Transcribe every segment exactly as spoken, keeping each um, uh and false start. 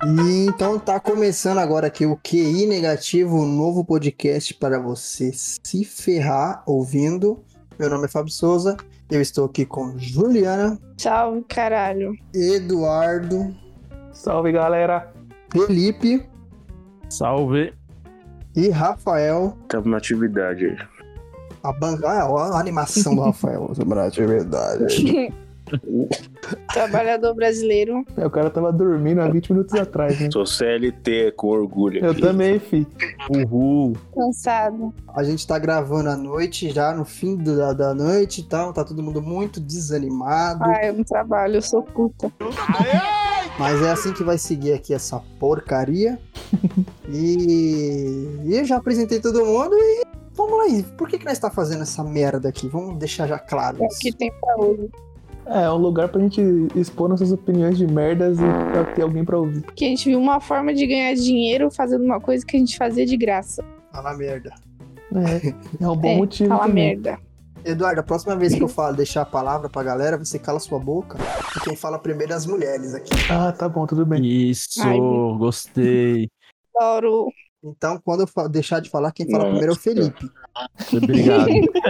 E então tá começando agora aqui o Q I Negativo, um novo podcast para você se ferrar ouvindo. Meu nome é Fábio Souza, eu estou aqui com Juliana. Salve, caralho. Eduardo. Salve, galera. Felipe. Salve. E Rafael. Tamo na atividade aí. A, ban... ah, a animação do Rafael, tamo na atividade. Trabalhador brasileiro. É, o cara tava dormindo há vinte minutos atrás, né? Sou C L T com orgulho Eu aqui. também, fi. Uhul. Cansado. A gente tá gravando à noite, já no fim da, da noite e tal, tá todo mundo muito desanimado. Ah, eu não trabalho, eu sou puta. Mas é assim que vai seguir aqui essa porcaria. E... e eu já apresentei todo mundo e vamos lá aí. Por que que nós tá fazendo essa merda aqui? Vamos deixar já claro É o isso. que tem pra hoje. É, é um lugar pra gente expor nossas opiniões de merdas e pra ter alguém pra ouvir. Porque a gente viu uma forma de ganhar dinheiro fazendo uma coisa que a gente fazia de graça. Fala merda. É, é um bom é, motivo fala também. merda. Eduardo, a próxima vez que eu falo deixar a palavra pra galera, você cala sua boca. E quem fala primeiro é as mulheres aqui. Ah, tá bom, tudo bem. Isso, Ai, gostei. Adoro. Então, quando eu fa- deixar de falar, quem fala Nossa. primeiro é o Felipe. Obrigado.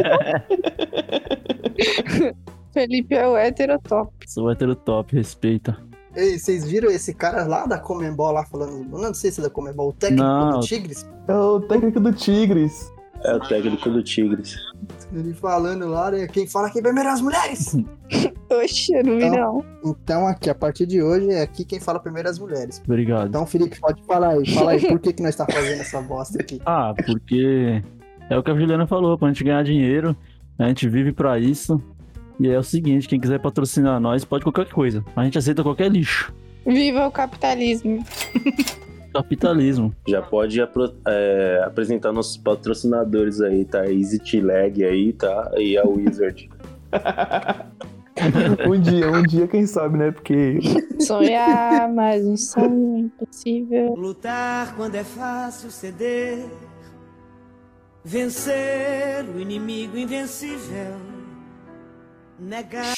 Felipe é o hétero top. Sou hétero top, respeita. Ei, vocês viram esse cara lá da Comembol lá falando... Não sei se é da Comembol, o técnico Não. do Tigres. É o técnico do Tigres. É o técnico do Tigres. Ele falando lá, né? Quem fala aqui primeiro é as mulheres. Oxe, eu não vi Não. não. Então, aqui, a partir de hoje, é aqui quem fala primeiro é as mulheres. Obrigado. Então, Felipe, pode falar aí. Fala aí, por que que nós tá fazendo essa bosta aqui? Ah, porque é o que a Juliana falou, pra gente ganhar dinheiro, a gente vive pra isso. E é o seguinte, quem quiser patrocinar nós, pode qualquer coisa. A gente aceita qualquer lixo. Viva o capitalismo. Capitalismo. Já pode apro- é, apresentar nossos patrocinadores aí, tá? EasyT Lag aí, tá? E a Wizard. Um dia, um dia, quem sabe, né? Porque Sonhar, mas um sonho impossível. Lutar quando é fácil ceder, vencer o inimigo invencível, negar.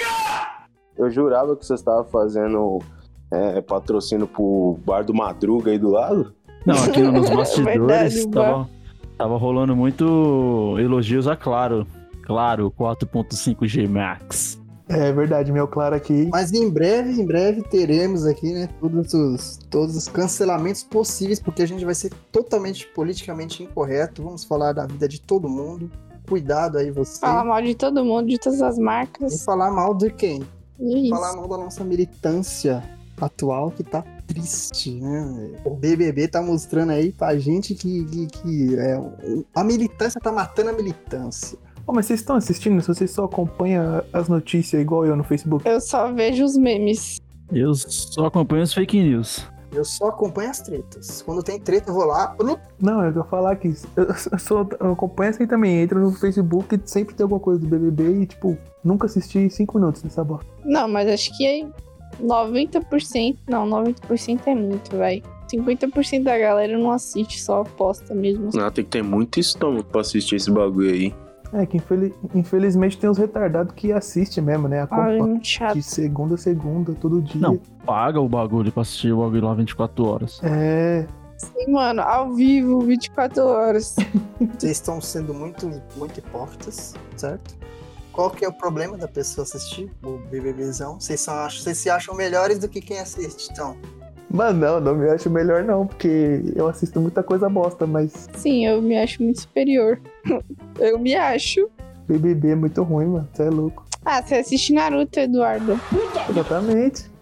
Eu jurava que você estava fazendo é, patrocínio pro Bar do Madruga aí do lado. Não, aqui nos bastidores Verdade, tava, tava rolando muito elogios a Claro. Claro, quatro ponto cinco G Max. é verdade, meu claro aqui. Mas em breve, em breve, teremos aqui, né, todos os, todos os cancelamentos possíveis, porque a gente vai ser totalmente politicamente incorreto. Vamos falar da vida de todo mundo. Cuidado aí você. Fala mal de todo mundo, de todas as E marcas. falar mal de quem? E é Falar isso. mal da nossa militância atual, que tá triste, né? O B B B tá mostrando aí pra gente que, que, que é, o- a militância tá matando a militância. Pô, mas vocês estão assistindo? Se vocês só acompanham as notícias igual eu no Facebook. Eu só vejo os memes. Eu só acompanho os fake news. Eu só acompanho as tretas. Quando tem treta, eu vou lá. Eu não- Não, eu vou falar que eu, eu, sou, eu acompanho assim também. Entra no Facebook e sempre tem alguma coisa do B B B e, tipo, nunca assisti cinco minutos dessa bosta. Não, mas acho que noventa por cento, não, noventa por cento é muito, vai. cinquenta por cento da galera não assiste, só aposta mesmo. Não, tem que ter muito estômago pra assistir esse bagulho aí. É que infeli- infelizmente tem uns retardados que assistem mesmo, né? Ai, é Acompanha muito chato. de segunda a segunda, todo dia. Não, paga o bagulho pra assistir o bagulho lá vinte e quatro horas. É. Sim, mano, ao vivo, vinte e quatro horas. Vocês estão sendo muito, muito hipócritas, certo? Qual que é o problema da pessoa assistir o BBBzão? Vocês, são, acham- vocês se acham melhores do que quem assiste, então? Mas não, não me acho melhor não, porque eu assisto muita coisa bosta, mas Sim, eu me acho muito superior. Eu me acho. B B B é muito ruim, mano. Você é louco. Ah, você assiste Naruto, Eduardo. Exatamente.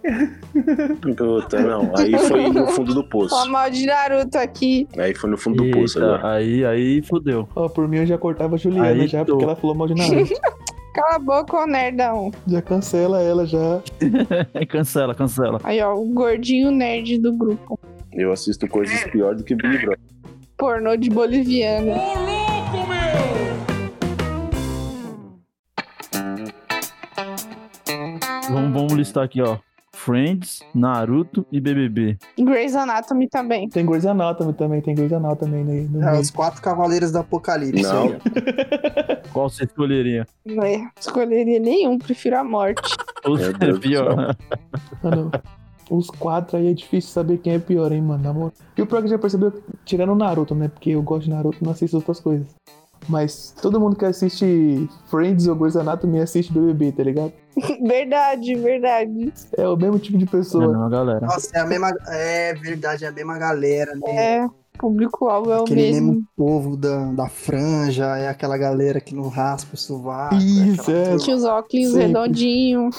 Puta, não. Aí foi no fundo do poço. Fala mal de Naruto aqui. Aí foi no fundo do poço Eita, agora. aí, aí fudeu. Ó, por mim eu já cortava a Juliana Aí já, tô. porque ela falou mal de Naruto. Cala a boca, ô nerdão. Já cancela ela já. cancela, cancela. Aí, ó, o gordinho nerd do grupo. Eu assisto coisas piores do que Big Brother. Pornô de boliviano. Vamos, vamos listar aqui, ó. Friends, Naruto e B B B. Grey's Anatomy também. Tem Grey's Anatomy também, tem Grey's Anatomy no, no É, meio. os quatro cavaleiros do apocalipse. Não. aí, ó. Qual você escolheria? Não é, escolheria nenhum, prefiro a morte. Ou Meu Deus do pior. Ah, não. Os quatro aí é difícil saber quem é pior, hein, mano, na moral. E o pior que já percebeu, tirando o Naruto, né? Porque eu gosto de Naruto, não assisto outras coisas. Mas todo mundo que assiste Friends ou Grey's Anatomy assiste B B B, tá ligado? Verdade, verdade. É o mesmo tipo de É a pessoa. mesma galera. Nossa, é a mesma. É verdade, é a mesma galera, né? É, público-alvo é o Aquele mesmo. mesmo povo da, da franja, é aquela galera que não raspa o sovaco. Isso, aquela é. turma. Tinha os óculos Sempre. redondinhos,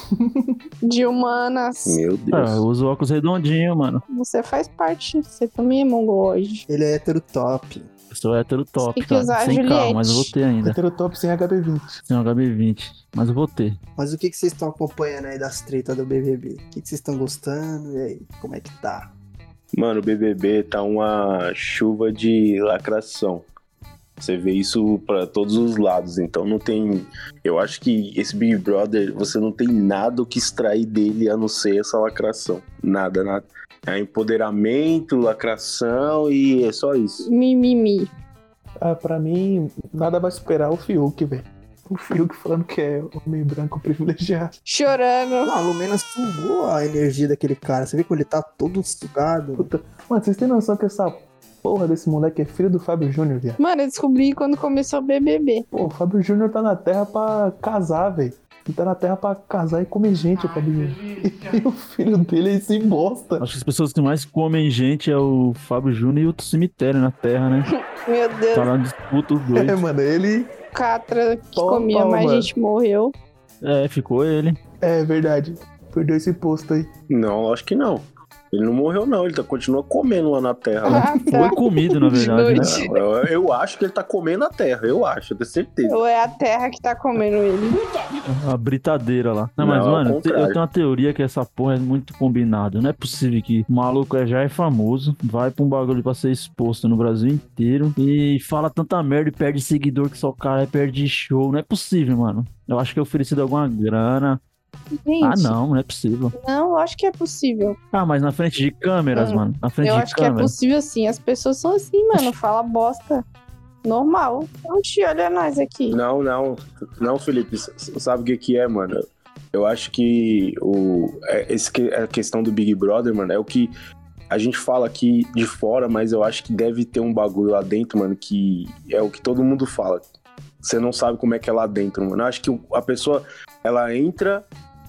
de humanas. Meu Deus. É, eu uso óculos redondinhos, mano. Você faz parte, você também é mongoloide. Ele é hétero top. Eu sou hétero top, Tem que cara. usar a Sem carro, Juliette. mas eu vou ter ainda. Heterotop sem H B vinte. Sem H B vinte. Mas eu vou ter. Mas o que, que vocês estão acompanhando aí das tretas do B B B? O que, que vocês estão gostando? E aí, como é que tá? Mano, o B B B tá uma chuva de lacração. Você vê isso pra todos os lados, então não tem... Eu acho que esse Big Brother, você não tem nada o que extrair dele a não ser essa lacração. Nada, nada. É empoderamento, lacração e é só isso. Mimimi. Ah, pra mim, nada vai superar o Fiuk, velho. O Fiuk falando que é homem branco privilegiado. Chorando. Não, a Lumena sugou a energia daquele cara. Você vê como ele tá todo sugado. Puta. Mano, vocês têm noção que essa porra desse moleque é filho do Fábio Júnior, viado? Mano, eu descobri quando começou o B B B. Pô, o Fábio Júnior tá na terra pra casar, velho. Ele tá na terra pra casar e comer gente, o Fábio Júnior. E o filho dele é esse bosta. Acho que as pessoas que mais comem gente é o Fábio Júnior e o cemitério na terra, né? Meu Deus, Tá lá na disputa os dois. É, mano, ele... o Catra que Toma, comia mais mano. gente morreu. É, ficou ele. É verdade. Perdeu esse posto aí. Não, acho que não. Ele não morreu, não. Ele tá, continua comendo lá na terra. Né? Ah, Foi tá. comido, na De verdade, né? noite. Eu, eu acho que ele tá comendo a terra. Eu acho, eu tenho certeza. Ou é a terra que tá comendo ele. A britadeira lá. Não, mas, Não, ao mano, eu te- eu contrário. tenho uma teoria que essa porra é muito combinada. Não é possível que o maluco é- já é famoso, vai pra um bagulho pra ser exposto no Brasil inteiro e fala tanta merda e perde seguidor que só o cara perde show. Não é possível, mano. Eu acho que é oferecido alguma grana. Gente, Ah, não, não é possível. não, eu acho que é possível. Ah, mas na frente de câmeras, Hum, mano. Na frente Eu de acho que é câmeras. possível sim. As pessoas são assim, mano. Fala bosta. Normal. Oxi, olha nós aqui. Não, não. Não, Felipe. s- s- Sabe o que que é, mano? Eu acho que o, é, esse, que- a questão do Big Brother, mano, é o que a gente fala aqui de fora, mas eu acho que deve ter um bagulho lá dentro, mano, que é o que todo mundo fala. Você não sabe como é que é lá dentro, mano. Eu acho que o- a pessoa, ela entra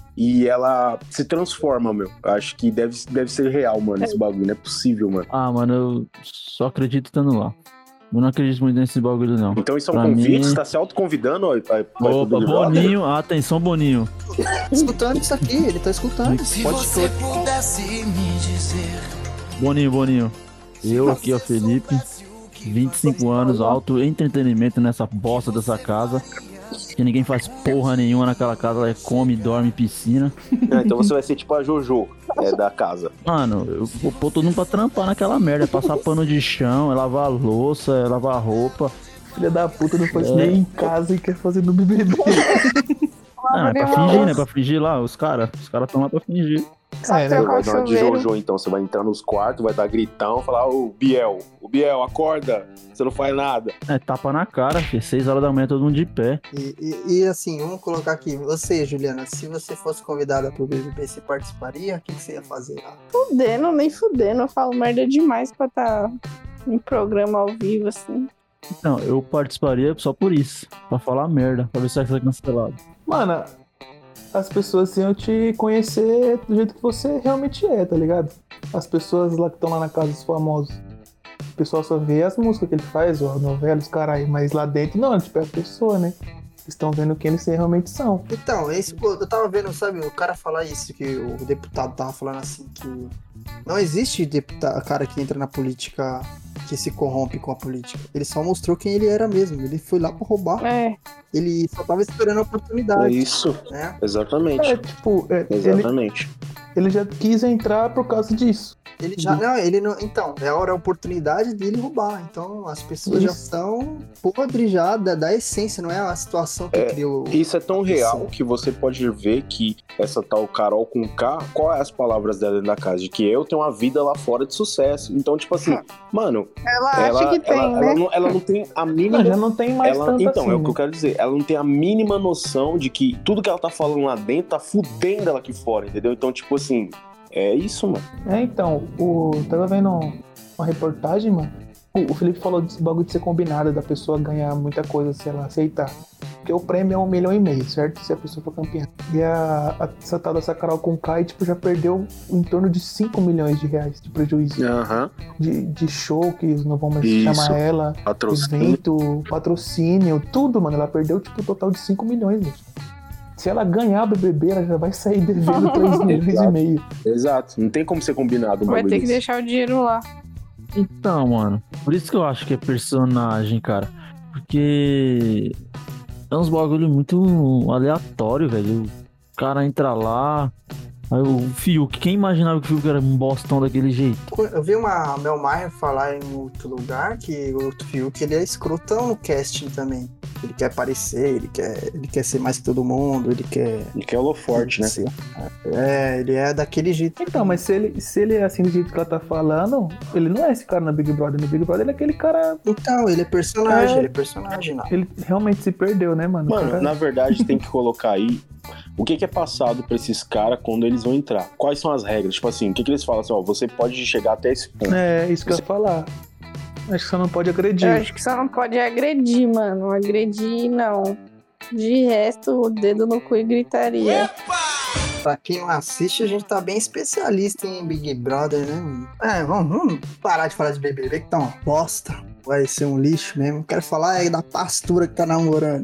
e ela se transforma, meu. Eu acho que deve, deve ser real, mano, esse bagulho. Não é possível, mano. Ah, mano, eu só acredito estando lá. Eu não acredito muito nesse bagulho, não. Então isso é um Pra convite? mim- Você tá se autoconvidando ó, pra, pra ir pro Opa, Big Brother? Boninho, atenção, Boninho. Tá escutando isso aqui, ele tá escutando. Se Pode você ser. pudesse me dizer. Boninho, Boninho. Eu aqui, ó, Felipe, vinte e cinco anos, alto entretenimento nessa bosta dessa casa. Que ninguém faz porra nenhuma naquela casa, ela come, dorme, piscina. Ah, então você vai ser tipo a Jojo é, da casa. Mano, eu vou pôr todo mundo pra trampar naquela merda. É passar pano de chão, é lavar louça, é lavar roupa. Filha da puta não faz É. nem em casa e quer fazer no B B B. Não, é pra fingir, né? Pra fingir lá, os caras. Os caras tão lá pra fingir. Sabe É, né? Você trocar vai o dar uma de chuveiro. Jojo, então. Você vai entrar nos quartos, vai dar gritão, falar, ô Biel, o Biel, acorda, você não faz nada. É tapa na cara, filho. seis horas da manhã, todo mundo de pé. E, e- e, assim, vamos colocar aqui. Você, Juliana, se você fosse convidada pro B B B, você participaria? O que, que você ia fazer lá? Fudendo, nem fudendo. Eu falo merda demais pra tá em programa ao vivo, assim. Então, eu participaria só por isso. Pra falar merda, pra ver se vai ser cancelado. Mano, as pessoas iam te conhecer do jeito que você realmente é, tá ligado? As pessoas lá que estão lá na casa dos famosos. O pessoal só vê as músicas que ele faz, ou a novela, os caralho. Mas lá dentro, não, tipo, é a pessoa, né? Estão vendo quem eles realmente são. Então, esse, pô, eu tava vendo, sabe, o cara falar isso, que o deputado tava falando assim, que não existe deputado, cara que entra na política que se corrompe com a política. Ele só mostrou quem ele era mesmo. Ele foi lá pra roubar. É. Ele só tava esperando a É oportunidade, isso, né? exatamente. É, tipo, é, ele, Exatamente. ele já quis entrar por causa disso. Ele já, não, ele não, então, é a hora, a oportunidade dele roubar. Então, as pessoas já Isso. estão podres já da, da essência, não é a situação que criou. Isso é tão real Sim. que você pode ver que essa tal Carol com K, qual é as palavras dela dentro da casa? De que eu tenho uma vida lá fora de sucesso. Então, tipo assim, mano, Ela, ela, acha que tem, ela, né? ela, não, ela não tem a mínima. Não, já não tem mais ela, tanto então, assim, é o que né? eu quero dizer. Ela não tem a mínima noção de que tudo que ela tá falando lá dentro tá fudendo ela aqui fora, entendeu? Então, tipo assim, É isso, mano. É, então, o... tava vendo uma reportagem, mano. O, o Felipe falou desse bagulho de ser combinado, da pessoa ganhar muita coisa se ela aceitar. Porque o prêmio é um milhão e meio, certo? Se a pessoa for campeã. E a, a essa tal dessa Carol Conká, tipo, já perdeu em torno de cinco milhões de reais de prejuízo. Aham. De, de show, que não vão mais Isso. chamar ela. Patrocínio. Evento, patrocínio, tudo, mano. Ela perdeu, tipo, um total de cinco milhões, gente. Se ela ganhar o B B B, ela já vai sair devendo três milhões e meio. Exato. Não tem como ser combinado um Vai bagulho ter que desse. deixar o dinheiro lá. Então, mano, por isso que eu acho que é personagem, cara. Porque é uns bagulho muito aleatório, velho. O cara entra lá. Aí o Fiuk, quem imaginava que o Fiuk era um bostão daquele jeito? Eu vi uma Mel Maher falar em outro lugar que o Fiuk, ele é escrotão no casting também. Ele quer aparecer, ele quer, ele quer ser mais que todo mundo, ele quer... Ele quer holoforte, né? Sim. É, ele é daquele jeito. Então, mas se ele, se ele é assim do jeito que ela tá falando, ele não é esse cara no Big Brother. No Big Brother ele é aquele cara... Então, ele é personagem, É. ele é personagem, não. Ele realmente se perdeu, né, mano? O Mano, cara- na verdade tem que colocar aí o que, que é passado pra esses caras quando eles vão entrar. Quais são as regras? Tipo assim, o que, que eles falam assim, ó, você pode chegar até esse ponto. É, isso que eu ia falar. Acho que você não pode agredir. Eu acho que só não pode agredir, mano. Agredir, não. De resto, o dedo no cu e gritaria. Pra quem não assiste, a gente tá bem especialista em Big Brother, né? É, vamos, vamos parar de falar de B B B, que tá uma bosta. Vai ser um lixo mesmo. Quero falar aí da pastura que tá namorando.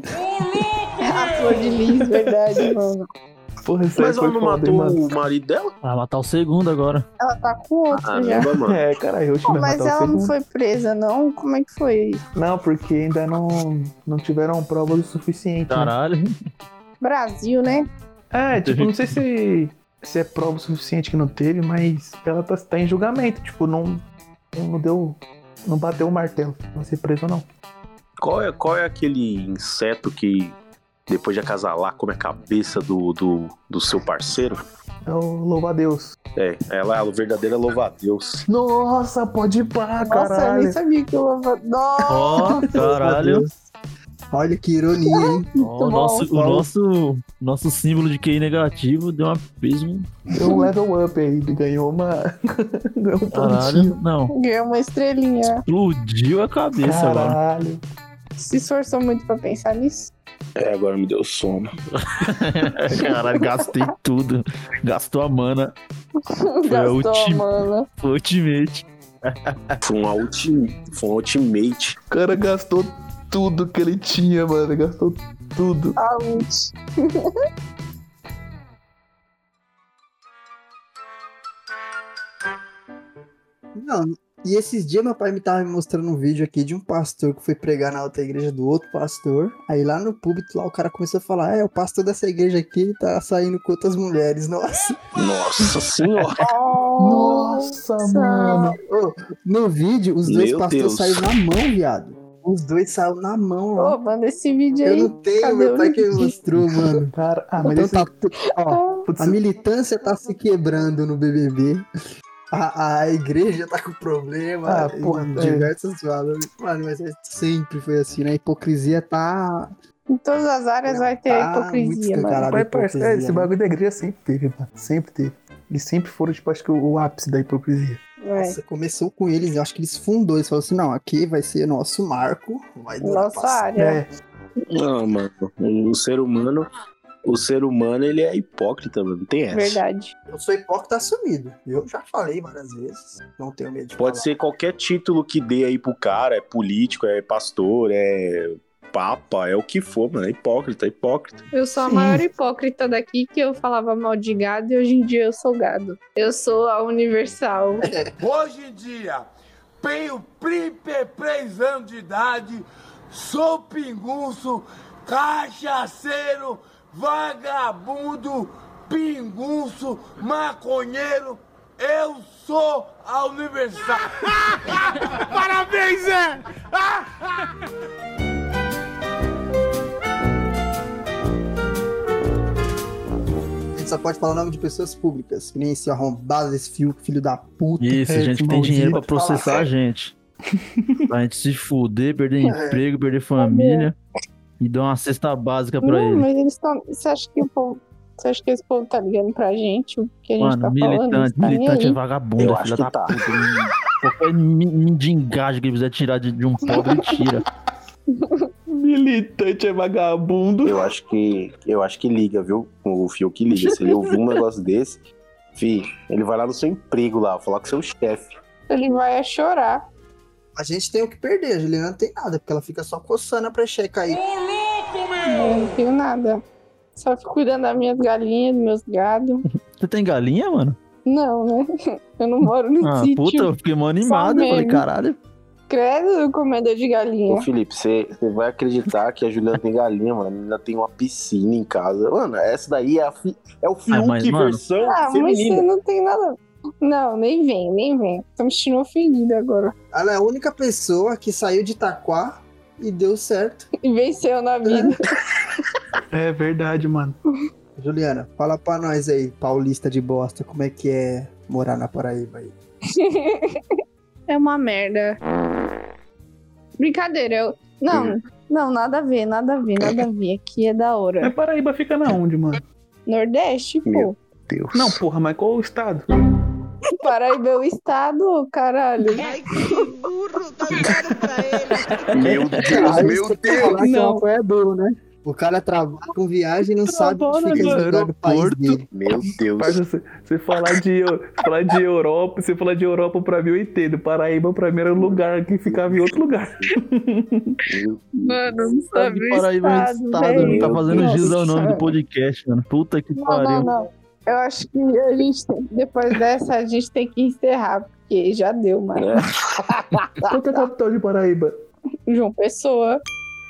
A flor de lis, verdade, mano. Porra, isso aí Mas foi ela não foda, matou hein, mano? o marido dela? Vai matar o segundo agora. Ela tá com outro já. Caramba, mano. É, cara, eu Pô, tive mas matar o ela não segundo. foi presa, não? Como é que foi isso? Não, porque ainda não, não tiveram provas o suficiente. Né? Caralho. Brasil, né? É, tipo, não sei se, se é prova o suficiente que não teve, mas ela tá, tá em julgamento. Tipo, não, não deu. Não bateu o martelo. Não vai ser preso, não. Qual é, qual é aquele inseto que depois de acasalar come a cabeça do, do, do seu parceiro? É o louva-a-Deus. É, ela é a verdadeira louva-a-Deus. Nossa, pode ir pá, Nossa, eu caralho. nem sabia que eu lavava. Nossa, Ó, caralho. Olha que ironia, hein? Ó, o bom. nosso, o nosso, nosso símbolo de Q I negativo deu uma peso. Deu um level up aí. Ele ganhou uma. ganhou um pontinho. Caralho. Não. ganhou uma estrelinha. Explodiu a cabeça agora. Caralho. Se esforçou muito pra pensar nisso. É, agora me deu sono. Caralho, gastei tudo. Gastou a mana. Foi a Gastou, última. mano. Foi ultimate. Foi um, ulti, foi um ultimate. O cara gastou tudo que ele tinha, mano. Gastou tudo. A ult. Não, e esses dias meu pai me tava me mostrando um vídeo aqui de um pastor que foi pregar na outra igreja do outro pastor. Aí lá no púlpito lá o cara começou a falar: é, o pastor dessa igreja aqui tá saindo com outras mulheres. Nossa. Nossa senhora. Nossa, mano. Ô, no vídeo, os dois Meu pastores Deus. saíram na mão, viado. Os dois saíram na mão, ó. Ô, manda esse vídeo Eu aí. não tenho, Cadê meu o pai que me link? mostrou, mano. Cara, ah, mas Então esse... tá, tu- ó, Putz, a militância tá se quebrando no B B B. A, a igreja tá com problema. Ah, porra, em é. diversos valores. Mano, mas é- sempre foi assim, né? A hipocrisia tá. Em todas as áreas vai ter tá muito hipocrisia, mano. escancarado. Pai, a parça, hipocrisia, é, esse né? bagulho da igreja sempre teve, mano. Sempre teve. Eles sempre foram, tipo, acho que o, o ápice da hipocrisia. Vai. Nossa, começou com eles, eu acho que eles fundou, eles falaram assim, não, aqui vai ser nosso marco, vai durar Nossa pra área. É, Não, mano. O ser humano, o ser humano, ele é hipócrita, mano. Não tem essa. Verdade. Eu sou hipócrita assumido. Eu já falei várias vezes. Não tenho medo de Pode falar. ser qualquer título que dê aí pro cara, é político, é pastor, é papa, é o que for, mano. É hipócrita, é hipócrita. Eu sou a Sim. maior hipócrita daqui, que eu falava mal de gado e hoje em dia eu sou gado. Eu sou a universal. Hoje em dia, tenho trinta e três anos de idade, sou pinguço, cachaceiro, vagabundo, pinguço, maconheiro. Eu sou a universal. Parabéns, Zé! A gente só pode falar o nome de pessoas públicas, que nem esse arrombado desse filho, filho da puta. Isso, é, gente que tem maldito. dinheiro pra processar a gente. Pra gente se fuder, perder É. emprego, perder família. E dar uma cesta básica pra Não, ele. mas eles estão. Você acha que o povo. Você acha que esse povo tá ligando pra gente? O que a gente Mano, tá militante, falando? Tá nem militante é aí. vagabundo, Eu é acho filha que da tá. puta. Qualquer mi- mendigagem que ele quiser tirar de, de um pobre, ele tira. Militante é vagabundo. Eu acho que. Eu acho que liga, viu? O Fio que liga. Se ele ouvir um negócio desse, fi, ele vai lá no seu emprego lá, falar com o seu chefe. Ele vai chorar. A gente tem o que perder, a Juliana não tem nada, porque ela fica só coçando a precheca aí. Eu não tenho nada. Só fico cuidando das minhas galinhas, dos meus gados. Você tem galinha, mano? Não, né? Eu não moro no Ah, sítio. puta, eu fiquei mó animado. Eu falei, mesmo. caralho. Credo, comedor de galinha. Ô, Felipe, você vai acreditar que a Juliana tem galinha, mano. A menina tem uma piscina em casa. Mano, essa daí é, a fi... é o Fiuk mas, mano- versão Ah, mas feminina. você não tem nada. Não, nem vem, nem vem. Tô me sentindo ofendida agora. Ela é a única pessoa que saiu de Itaquá e deu certo. E venceu na vida. É verdade, mano. Juliana, fala pra nós aí, paulista de bosta, como é que é morar na Paraíba aí? É uma merda. Brincadeira, eu. Não, não, nada a ver, nada a ver, nada a ver. Aqui é da Mas hora. Paraíba fica na onde, mano? Nordeste, pô. Meu Deus. Não, porra, mas qual o estado? Paraíba é o estado, caralho. Ai, que burro, tá ligado pra ele. Meu Deus, Aí meu você quer Deus. falar que é Não. um apoiador, né? O cara trabalha com viagem e não sabe onde Trabalha fica no esse lugar do país aeroporto. dele. Meu Deus. Parça, Você você falar de, Eu- falar de Europa, você falar de Europa pra mim eu entendo. Paraíba pra mim era um lugar que ficava em outro lugar. Meu- Mano, não Sabe sabe que o Paraíba é um estado, estado, velho. tá fazendo Nossa. giz ao nome do podcast, mano. Puta que Não, pariu. não, não. Eu acho que a gente, tem- depois dessa, a gente tem que encerrar, porque já deu, mano. É. Qual que é a capital de Paraíba? João Pessoa.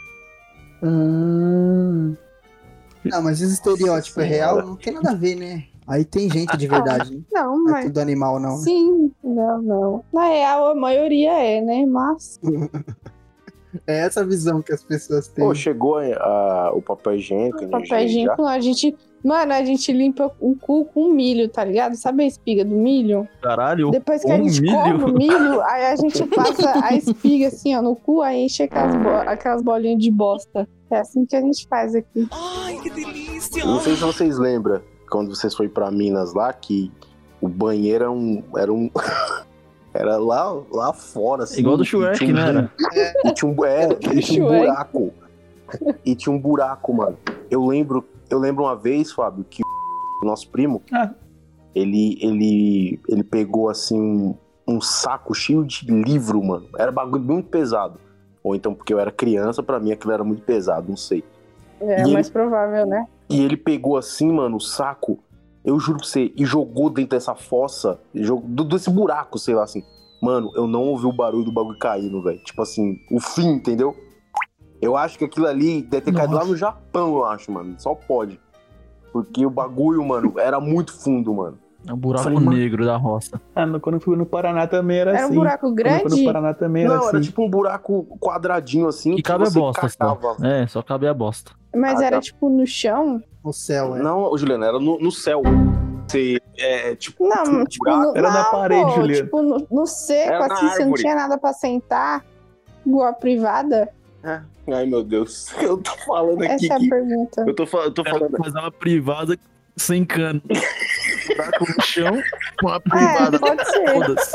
Hum, Não, mas esse estereótipo é real, não tem nada a ver, né? Aí tem gente de verdade, né? Não, Não é mas. tudo animal, não. Né? Sim, não, não. Na real, a maioria é, né? Mas. É essa visão que as pessoas têm. Pô, chegou a, a- o papel higiênico, energia Papel higiênico, não, a gente. Mano, a gente limpa o cu com milho, tá ligado? Sabe a espiga do milho? Caralho, Depois que a um gente milho? come o milho, aí a gente passa a espiga assim, ó, no cu, aí enche aquelas, bo- aquelas bolinhas de bosta. É assim que a gente faz aqui. Ai, que delícia. Não sei se vocês lembram, quando vocês foram pra Minas lá, que o banheiro era um... Era, um, era lá, lá fora, assim. igual do e Shrek, tinha um né? Era? E tinha um, é, e tinha um Shrek. buraco. E tinha um buraco, mano. Eu lembro, eu lembro uma vez, Fábio, que o nosso primo, Ah. ele, ele, ele pegou, assim, um, um saco cheio de livro, mano. Era bagulho muito pesado. Ou então porque eu era criança, pra mim aquilo era muito pesado, não sei. É E mais provável, né? E ele pegou assim, mano, o saco, eu juro pra você, e jogou dentro dessa fossa, jogou, do- desse buraco, sei lá, assim. Mano, eu não ouvi o barulho do bagulho caindo, velho. Tipo assim, o fim, entendeu? Eu acho que aquilo ali deve ter caído lá Nossa. no Japão, eu acho, mano. Só pode. Porque o bagulho, mano, era muito fundo, mano. É um buraco Falei, mano. negro da roça. Ah, no- quando eu fui no Paraná também era, Era um assim. buraco Quando eu fui no grande? Paraná também era Não, assim. era tipo um buraco quadradinho, assim. Que cabe a você bosta só. cagava. É, só cabe a bosta. Mas Ah, era tá. tipo no chão? O céu, é. Não, Juliana, era no, no céu. Você, é, tipo, Não, tinha um tipo, buraco. no, Era na não, parede, pô, Juliana. tipo no, no seco, Era na assim, você não árvore. tinha nada pra sentar, igual a privada? É. Ai, meu Deus. Eu tô falando aqui Essa é a que... pergunta. Eu tô, fa- eu tô falando... Fazer uma privada sem cano. Buraco no chão, com uma É, privada. pode ser. Foda-se.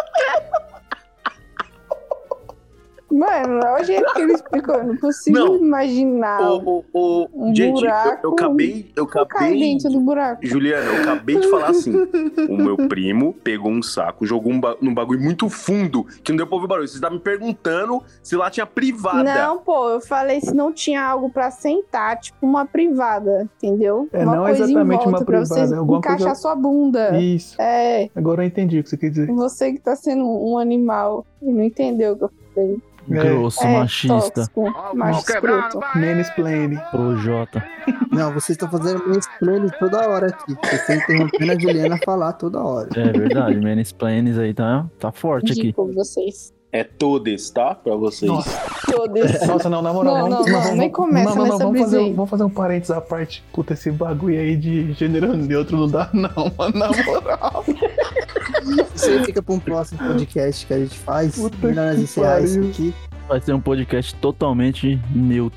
Mano, olha o jeito que ele explicou, eu não consigo Não. imaginar O, o, o... um Gente, eu, buraco, eu acabei... Eu o cara acabei... dentro do buraco. Juliana, eu acabei de falar assim. O meu primo pegou um saco, jogou um ba... num bagulho muito fundo, que não deu pra ouvir barulho. Vocês estavam me perguntando se lá tinha privada. Não, pô, eu falei se não tinha algo pra sentar, tipo uma privada, entendeu? É, uma não coisa exatamente em volta uma pra privada, você é alguma encaixar coisa- sua bunda. Isso. É, Agora eu entendi o que você quer dizer. você que tá sendo um animal e não entendeu o que eu falei. Grosso, É, machista. tóxico, macho escroto. Mansplaining. Projota. Não, vocês estão fazendo mansplaining toda hora aqui. Vocês estão interrompendo a Juliana a falar toda hora. É verdade, mansplains aí tá, tá forte aqui. Ridículo vocês. É todos, tá? Pra vocês. Nossa. Todos. Nossa, não, na moral. Não, vamos, não, não, vamos- nem começa não, não, não, nessa vamos brisa fazer, aí. vamos fazer um parênteses à parte. Puta, esse bagulho aí de gênero neutro não dá, não, mano, na moral. Isso aí fica pra um próximo podcast que a gente faz. Puta Melhor nós que encerrar isso pariu. aqui. Vai ser um podcast totalmente neutro.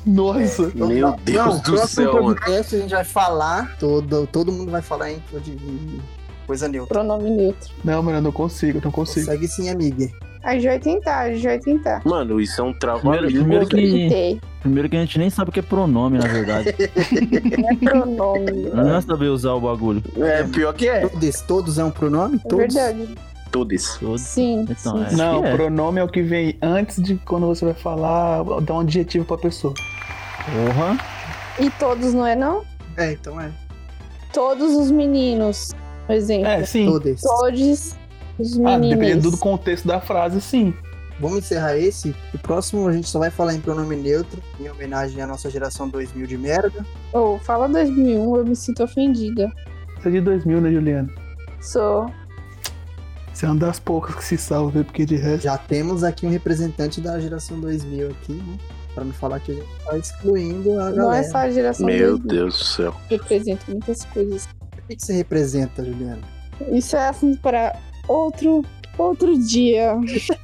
Nossa. Meu Não, Deus não, do próximo céu, mano. podcast a gente vai falar, todo, todo mundo vai falar em de coisa neutra. Pronome neutro. Não, mano, eu não consigo, eu não consigo. Consegue sim, amiga. A gente vai tentar, a gente vai tentar. Mano, isso é um Primeiro, trava-língua, primeiro, velho. que, Tentei. primeiro que a gente nem sabe o que é pronome, na verdade. Não é pronome. Não é saber usar o bagulho. É, pior que é. Todos, todos é um pronome? É Todos? verdade. Todos. Todo. Sim, Então, sim. é. Não, que é. pronome é o que vem antes de quando você vai falar, dar um adjetivo pra pessoa. Porra. E todos, não é não? É, então é. Todos os meninos, por exemplo. É, sim. Todos. Todos os Ah, meninos. dependendo do contexto da frase, sim. Vamos encerrar esse. O próximo a gente só vai falar em pronome neutro, em homenagem à nossa geração dois mil de merda. Ô, fala dois mil e um, eu me sinto ofendida. Você é de dois mil, né, Juliana? Sou. Você é uma das poucas que se salva, viu? Porque de resto... Já temos aqui um representante da geração dois mil aqui, né? Pra não falar que a gente tá excluindo a galera. Não é só a geração Meu dois mil. Deus do céu. Representa muitas coisas. O que que você representa, Juliana? Isso é assunto para outro, outro dia.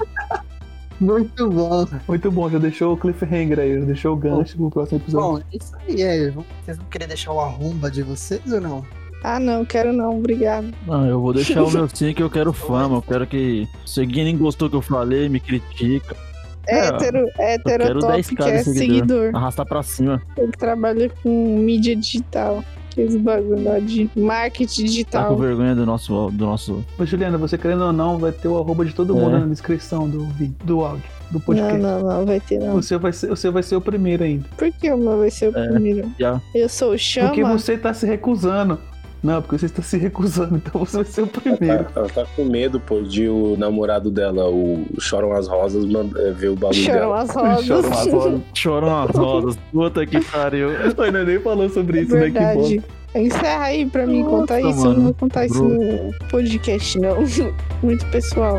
Muito bom. Muito bom, já deixou o cliffhanger aí, já deixou o gancho pro próximo episódio. Bom, isso aí é. Vamos- Vocês vão querer deixar o arromba de vocês ou não? Ah, não, quero não, obrigado. Não, eu vou deixar o meu sim, que eu quero fama. Eu quero que. Se alguém nem gostou do que eu falei, me critica. É, Hétero, hétero quero top, dez que k de é seguidor. seguidor. Arrastar pra cima. Ele trabalha com mídia digital. Aqueles bagulho lá de marketing Tá digital. com vergonha do nosso. Do nosso... Ô, Juliana, você querendo ou não, vai ter o arroba de todo mundo É. na descrição do vídeo, do áudio, do Não, podcast. não, não, vai ter não. Você vai ser, você vai ser o primeiro ainda. Por que o meu vai ser o É. primeiro? Já. Eu sou o Chama. Porque você tá se recusando. Não, porque você está se recusando, então você vai ser o primeiro. Ela tá com medo, pô, de o namorado dela, o Choram as Rosas, manda, é, ver o bagulho Choram dela. as rosas. Choram as rosas. Choram as rosas. Puta que pariu. Ainda nem falou sobre isso, né? Que Verdade. bosta. Encerra aí pra mim Nossa, contar isso. Eu mano. não vou contar isso Bro. no podcast, não. Muito pessoal.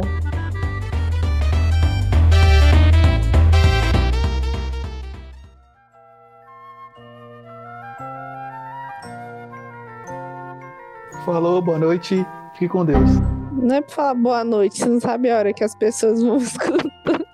Falou, boa noite. Fique com Deus. Não é pra falar boa noite, você não sabe a hora que as pessoas vão escutar.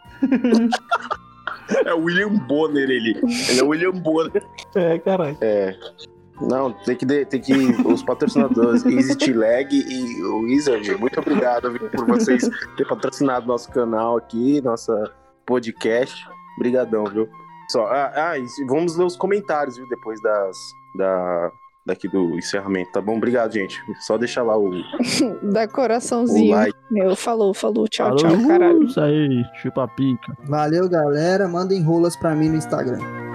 É o William Bonner, ele. Ele é o William Bonner. É, caralho. É. Não, tem que, de- tem que os patrocinadores Easy Lag e o Wizard, muito obrigado viu, por vocês terem patrocinado nosso canal aqui, nossa podcast. Obrigadão, viu? Só, ah, ah, e vamos ler os comentários, viu, depois das da daqui do encerramento, tá bom? Obrigado, gente. Só deixa lá o, Dá o coraçãozinho. like. Meu, falou, falou, tchau, Falou, tchau, caralho. Isso aí, chupa pica. Valeu, galera. Mandem rolas pra mim no Instagram.